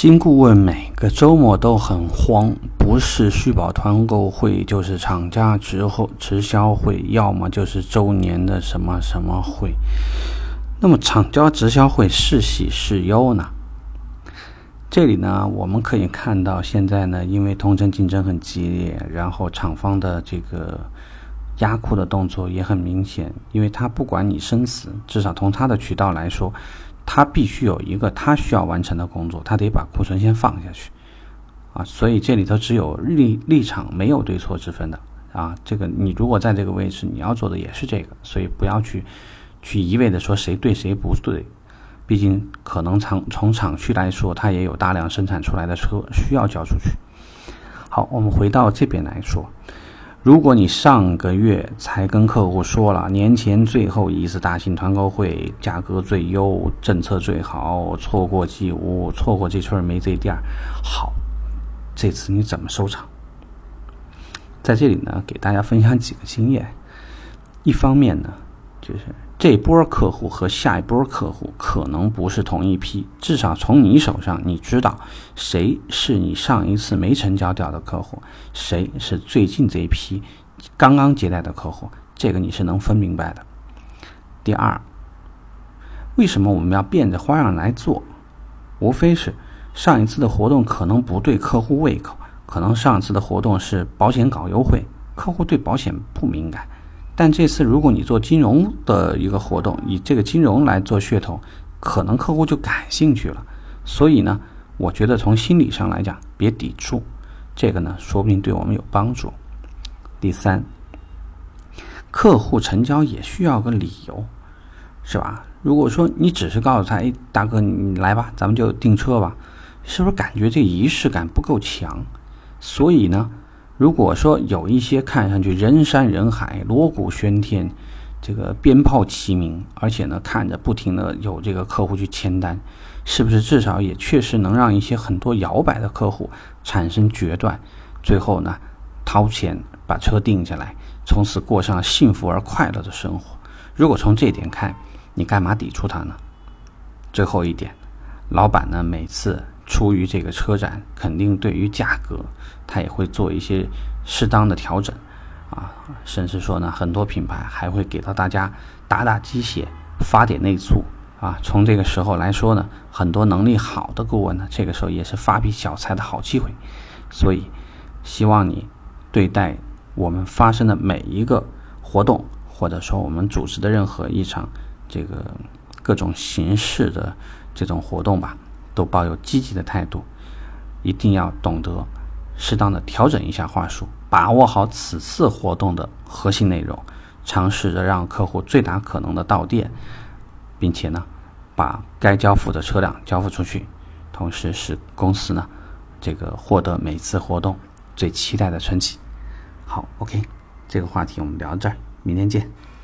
新顾问每个周末都很慌，不是续保团购会，就是厂家直销会，要么就是周年的什么什么会。那么厂家直销会是喜是忧呢？这里呢，我们可以看到现在呢，因为同城竞争很激烈，然后厂方的这个压库的动作也很明显，因为他不管你生死，至少从他的渠道来说，他必须有一个他需要完成的工作，他得把库存先放下去所以这里头只有立场，没有对错之分的这个你如果在这个位置，你要做的也是这个，所以不要去一味的说谁对谁不对，毕竟可能从厂区来说，它也有大量生产出来的车需要交出去。好，我们回到这边来说，如果你上个月才跟客户说了年前最后一次大型团购会，价格最优，政策最好，错过即无，错过这村没这店，好，这次你怎么收场？在这里呢，给大家分享几个经验。一方面呢，就是这波客户和下一波客户可能不是同一批，至少从你手上你知道谁是你上一次没成交掉的客户，谁是最近这一批刚刚接待的客户，这个你是能分明白的。第二，为什么我们要变着花样来做？无非是上一次的活动可能不对客户胃口，可能上次的活动是保险搞优惠，客户对保险不敏感，但这次如果你做金融的一个活动，以这个金融来做噱头，可能客户就感兴趣了。所以呢，我觉得从心理上来讲，别抵触，这个呢说不定对我们有帮助。第三，客户成交也需要个理由，是吧？如果说你只是告诉他，大哥你来吧，咱们就订车吧，是不是感觉这仪式感不够强？所以呢，如果说有一些看上去人山人海，锣鼓喧天，这个鞭炮齐鸣，而且呢看着不停的有这个客户去签单，是不是至少也确实能让一些很多摇摆的客户产生决断，最后呢掏钱把车定下来，从此过上幸福而快乐的生活？如果从这点看，你干嘛抵触他呢？最后一点，老板呢每次出于这个车展，肯定对于价格他也会做一些适当的调整甚至说呢，很多品牌还会给到大家打鸡血，发点内促从这个时候来说呢，很多能力好的顾问呢，这个时候也是发笔小财的好机会。所以希望你对待我们发生的每一个活动，或者说我们组织的任何一场这个各种形式的这种活动吧，都抱有积极的态度，一定要懂得适当的调整一下话术，把握好此次活动的核心内容，尝试着让客户最大可能的到店，并且呢把该交付的车辆交付出去，同时使公司呢这个获得每次活动最期待的成绩。好 OK， 这个话题我们聊到这儿，明天见。